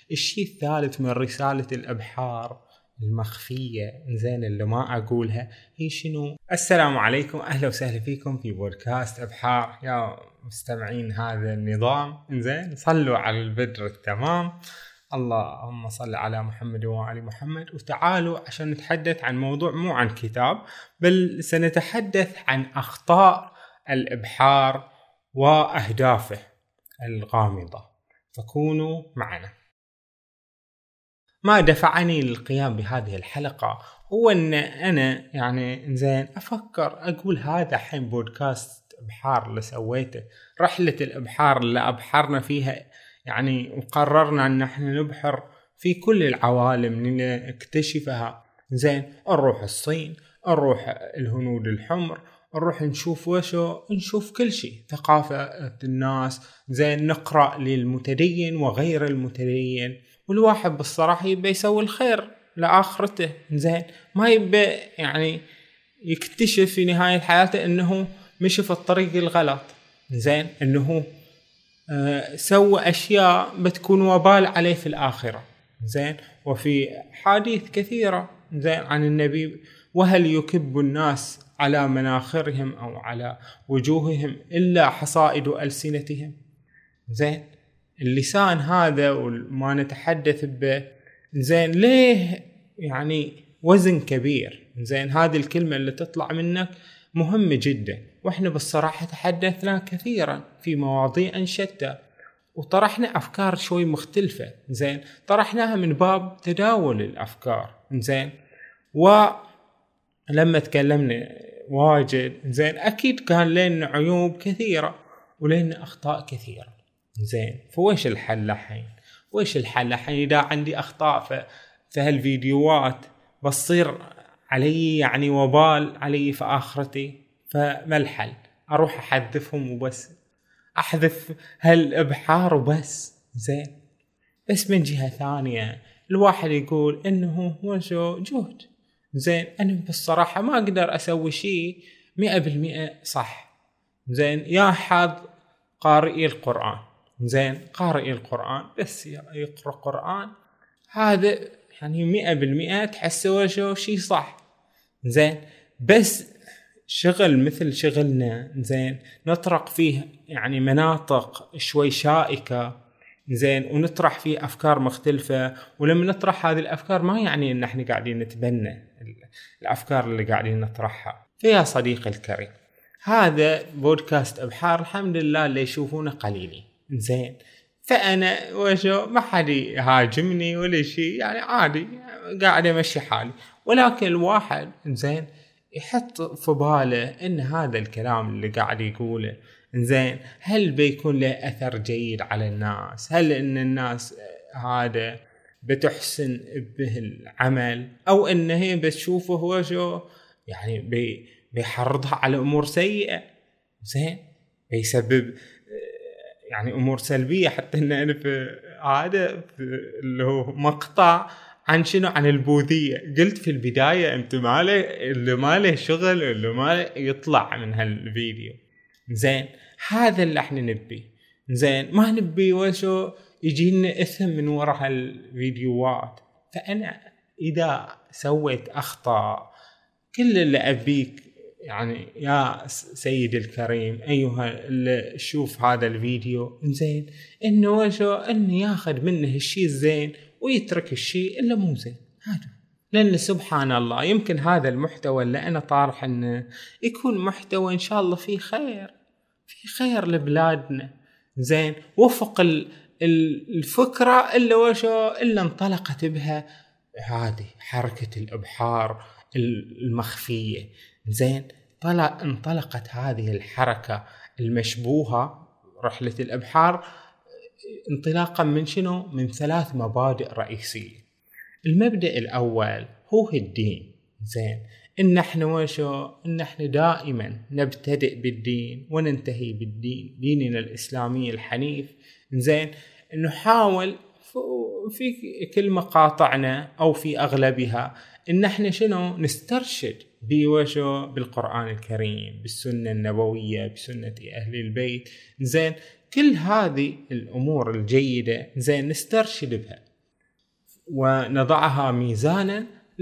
الشيء الثالث من رسالة الإبحار المخفية زين اللي ما أقولها هي شنو؟ السلام عليكم، أهلا وسهلا فيكم في بودكاست إبحار يا مستمعين هذا النظام. زين صلوا على البدر التمام، اللهم صل على محمد وآل محمد. وتعالوا عشان نتحدث عن موضوع مو عن كتاب، بل سنتحدث عن أخطاء الإبحار وأهدافه الغامضة، فكونوا معنا. ما دفعني للقيام بهذه الحلقة هو أن أنا زين أفكر أقول هذا حين بودكاست إبحار اللي سويته، رحلة الإبحار اللي أبحرنا فيها وقررنا أن احنا نبحر في كل العوالم نكتشفها. زين نروح الصين، نروح الهنود الحمر، نروح نشوف نشوف كل شيء، ثقافة الناس، زين نقرأ للمتدين وغير المتدين، والواحد بالصراحة يبي يسوي الخير لآخرته. زين ما يبي يكتشف في نهاية حياته انه مشي في الطريق الغلط، زين انه سوى اشياء بتكون وبال عليه في الآخرة. زين وفي حديث كثيرة زين عن النبي: وهل يكب الناس على مناخرهم أو على وجوههم إلا حصائد ألسنتهم. زين اللسان هذا وما نتحدث به زين ليه وزن كبير. زين هذه الكلمة اللي تطلع منك مهمة جدا، واحنا بالصراحة تحدثنا كثيرا في مواضيع شتى وطرحنا أفكار شوي مختلفة. زين طرحناها من باب تداول الأفكار. زين ولما تكلمنا واجد زين أكيد كان لنا عيوب كثيرة ولنا أخطاء كثيرة. زين فويش الحل الحين إذا عندي أخطاء في هالفيديوهات بصير علي وبال علي في آخرتي، فما الحل؟ أروح أحذفهم وبس، أحذف هالإبحار وبس. زين بس من جهة ثانية الواحد يقول إنه هو جهد. زين أنا بالصراحة ما أقدر أسوي شيء 100% صح. زين يا حظ قارئي القرآن، زين قارئي القرآن بس يقرأ قرآن هذا 100% تحسوا شيء صح. زين بس شغل مثل شغلنا زين نطرق فيه مناطق شوي شائكة، زين ونطرح فيه أفكار مختلفة، ولما نطرح هذه الأفكار ما يعني إن احنا قاعدين نتبنى الأفكار اللي قاعدين نطرحها. فيا صديقي الكريم هذا بودكاست إبحار الحمد لله اللي يشوفونه قليلين. زين فأنا ما حد يهاجمني ولا شيء، عادي قاعد أمشي حالي، ولكن الواحد زين يحط في باله إن هذا الكلام اللي قاعد يقوله زين هل بيكون له أثر جيد على الناس؟ هل إن الناس هذا بتحسن به العمل، أو إن هي بتشوفه هو بيحرضها على أمور سيئة؟ زين بيسبب أمور سلبية. حتى إن أنا في اللي هو مقطع عن شنو؟ عن البوذية، قلت في البداية أنت اللي ما له شغل اللي ما يطلع من هالفيديو. زين هذا اللي احنا نبي. زين ما نبي يجينا إثم من وراء هالفيديوهات. فأنا إذا سويت أخطاء كل اللي أبيك يا سيد الكريم أيها اللي شوف هذا الفيديو زين إنه إنه ياخذ منه الشيء الزين ويترك الشيء اللي مو زين. هذا لأن سبحان الله يمكن هذا المحتوى اللي أنا طارح إنه يكون محتوى إن شاء الله فيه خير لبلادنا. زين وفق الفكرة اللي انطلقت بها هذه حركة الإبحار المخفية. زين انطلقت هذه الحركة المشبوهة رحلة الإبحار انطلاقا من شنو؟ من 3 مبادئ رئيسية. المبدأ الأول هو الدين. زين إن احنا دائما نبتدئ بالدين وننتهي بالدين، ديننا الإسلامي الحنيف. زين نحاول في كل مقاطعنا أو في أغلبها إن احنا نسترشد بالقرآن الكريم، بالسنة النبوية، بسنة أهل البيت. زين كل هذه الأمور الجيدة زين نسترشد بها. ونضعها ميزانا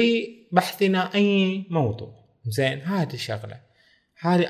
لبحثنا أي موضوع. زين هذه شغلة، هذه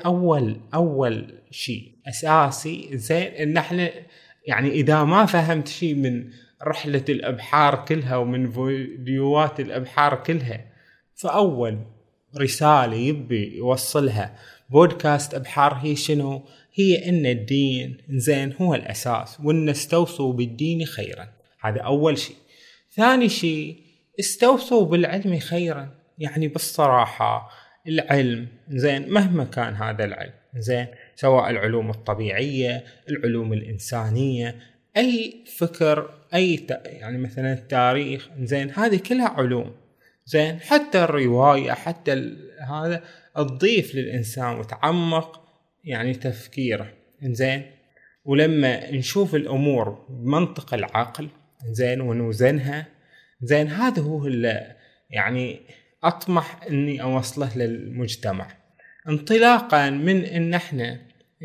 أول شيء أساسي. زين إن احنا يعني إذا ما فهمت شيء من رحلة الأبحار كلها ومن فيديوهات الأبحار كلها، فأول رسالة يبي يوصلها بودكاست أبحار هي شنو؟ هي إن الدين زين هو الأساس، وإن استوصوا بالدين خيرا. هذا أول شيء. ثاني شيء استوصوا بالعلم خيرا، يعني بالصراحة العلم زين مهما كان هذا العلم زين، سواء العلوم الطبيعية، العلوم الإنسانية، أي فكر، يعني مثلا التاريخ زين، هذه كلها علوم زين. حتى الرواية، حتى هذا تضيف للإنسان وتعمق يعني تفكيره زين. ولما نشوف الأمور بمنطق العقل زين ونوزنها زين، هذا هو اللي يعني أطمح إني أوصله للمجتمع، انطلاقا من إن احنا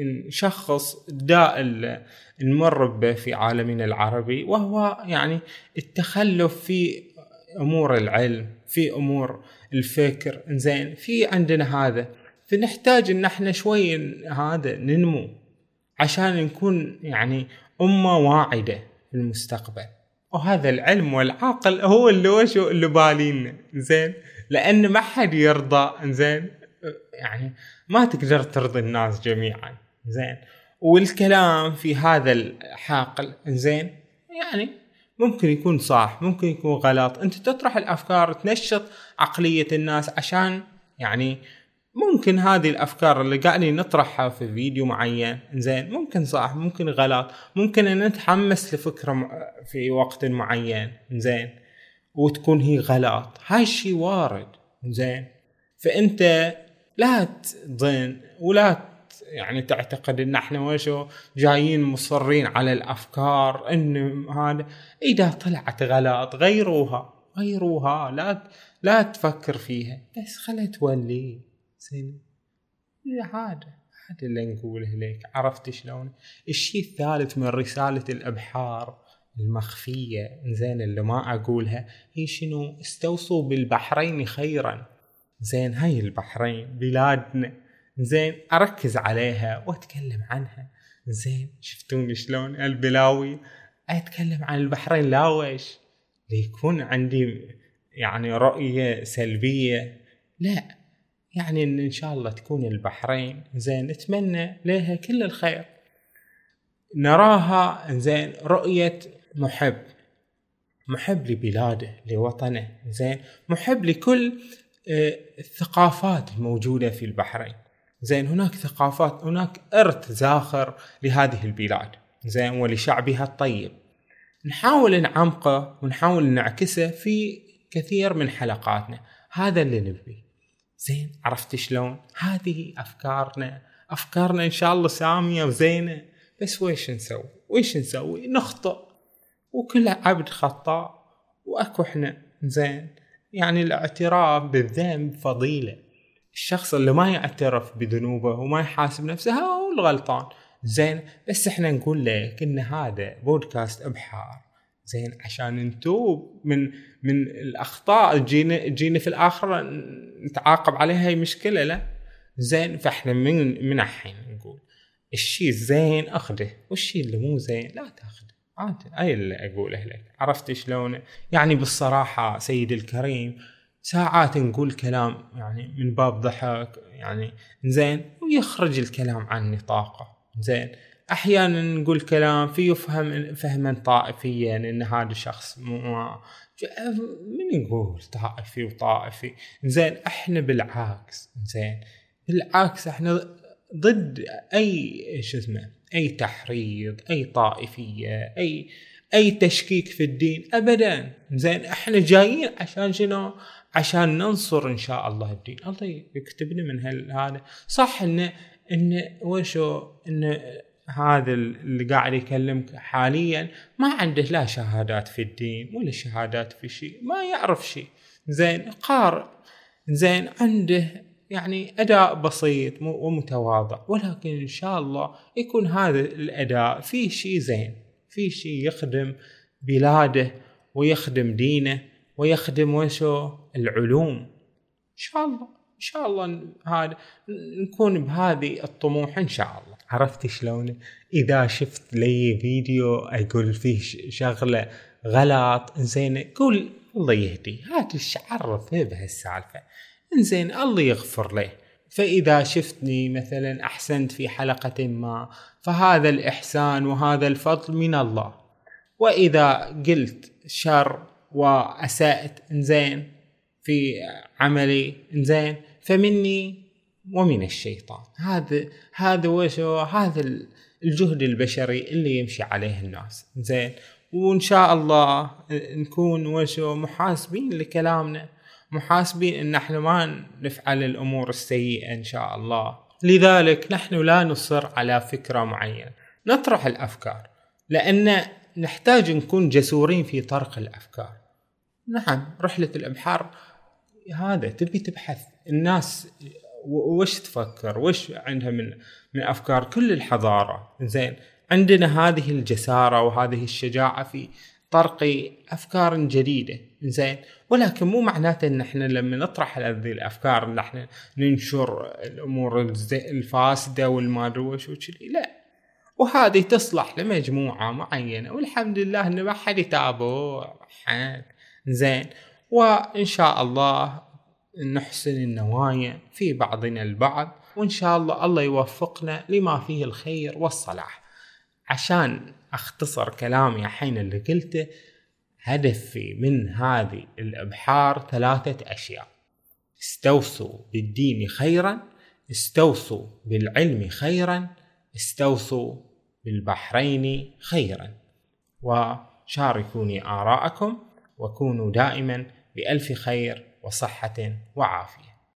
نشخص الداء اللي نمر به في عالمنا العربي، وهو يعني التخلف في أمور العلم، في أمور الفكر زين. في عندنا هذا، فنحتاج إن احنا شوي هذا ننمو عشان نكون يعني أمة واعدة في المستقبل. وهذا العلم والعقل هو اللي بالينا زين، لأن ما حد يرضى زين، يعني ما تقدر ترضي الناس جميعا زين. والكلام في هذا الحاقل زين يعني ممكن يكون صح، ممكن يكون غلط. انت تطرح الافكار، تنشط عقلية الناس، عشان يعني ممكن هذه الافكار اللي قاعدين نطرحها في فيديو معين زين ممكن صح، ممكن غلط، ممكن ان نتحمس لفكرة في وقت معين زين وتكون هي غلط. هاي الشيء وارد زين. فانت لا تظن ولا يعني تعتقد ان احنا وشو جايين مصرين على الافكار، ان هذا اذا طلعت غلط غيروها، لا تفكر فيها، بس خلها تولي زين. هذا اللي نقوله لك. عرفت شلون؟ الشيء الثالث من رسالة الابحار المخفية زين اللي ما اقولها هي شنو؟ استوصوا بالبحرين خيرا زين. هاي البحرين بلادنا زين، اركز عليها واتكلم عنها زين. شفتوني شلون البلاوي اتكلم عن البحرين؟ لا ويش ليكون عندي يعني رؤية سلبية، لا، يعني ان شاء الله تكون البحرين زين، نتمنى لها كل الخير، نراها زين رؤية محب لبلاده، لوطنه زين، محب لكل الثقافات الموجودة في البحرين زين. هناك ثقافات، هناك إرث زاخر لهذه البلاد زين ولشعبها الطيب، نحاول نعمقه ونحاول نعكسه في كثير من حلقاتنا. هذا اللي نبي زين. عرفت شلون؟ هذه أفكارنا إن شاء الله سامية وزينة، بس ويش نسوي؟ نخطئ، وكل عبد خطاء، وأكو إحنا زين. يعني الاعتراف بالذنب فضيلة. الشخص اللي ما يعترف بذنوبه وما يحاسب نفسه هو الغلطان زين. بس احنا نقول لك ان هذا بودكاست ابحار زين عشان نتوب من الاخطاء تجينا في الاخرة نتعاقب عليها، هي مشكلة لا زين. فاحنا من الحين نقول الشيء الزين اخده، والشيء اللي مو زين لا تاخده. اي اللي اقوله لك. عرفت شلون؟ يعني بالصراحة سيدي الكريم ساعات نقول كلام يعني من باب ضحك يعني زين، ويخرج الكلام عن نطاقه زين. احيانا نقول كلام يفهم فهما طائفيا ان هذا شخص من يقول طائفي زين. احنا بالعكس زين، بالعكس احنا ضد اي تحريض، اي طائفية، اي تشكيك في الدين ابدا زين. احنا جايين عشان شنو؟ عشان ننصر ان شاء الله الدين. الله يكتبنا من هذا. صح ان هذا اللي قاعد يكلمك حاليا ما عنده لا شهادات في الدين ولا شهادات في شيء، ما يعرف شيء زين، قارئ زين، عنده يعني أداء بسيط ومتواضع، ولكن إن شاء الله يكون هذا الأداء فيه شيء زين، فيه شيء يخدم بلاده ويخدم دينه ويخدم العلوم. إن شاء الله هذا نكون بهذه الطموح إن شاء الله. عرفت شلون؟ إذا شفت لي فيديو أقول فيه شغلة غلط إنزين قول الله يهدي، هات عرفه بهالسالفة إنزين الله يغفر له. فإذا شفتني مثلا أحسنت في حلقة ما فهذا الإحسان وهذا الفضل من الله، وإذا قلت شر وأسأت إنزين في عملي إنزين فمني ومن الشيطان. هذا الجهد البشري اللي يمشي عليه الناس إنزين. وإن شاء الله نكون محاسبين لكلامنا، محاسبين إن نحن ما نفعل الأمور السيئة إن شاء الله. لذلك نحن لا نصر على فكرة معينة، نطرح الأفكار لأن نحتاج نكون جسورين في طرح الأفكار. نعم رحلة الإبحار هذا تبي تبحث الناس وش تفكر، وش عندها من أفكار. كل الحضارة زين عندنا هذه الجسارة وهذه الشجاعة في طرق أفكار جديدة زين، ولكن مو معناته إن إحنا لما نطرح هذه الأفكار إن إحنا ننشر الأمور الفاسدة والمادروش وشلي، لا. وهذه تصلح لمجموعة معينة والحمد لله إن ما حد يتابع زين. وإن شاء الله نحسن النوايا في بعضنا البعض، وإن شاء الله يوفقنا لما فيه الخير والصلاح. عشان أختصر كلامي حين اللي قلته، هدفي من هذه الإبحار 3 أشياء: استوصوا بالدين خيرا، استوصوا بالعلم خيرا، استوصوا بالبحرين خيرا. وشاركوني آراءكم وكونوا دائما بألف خير وصحة وعافية.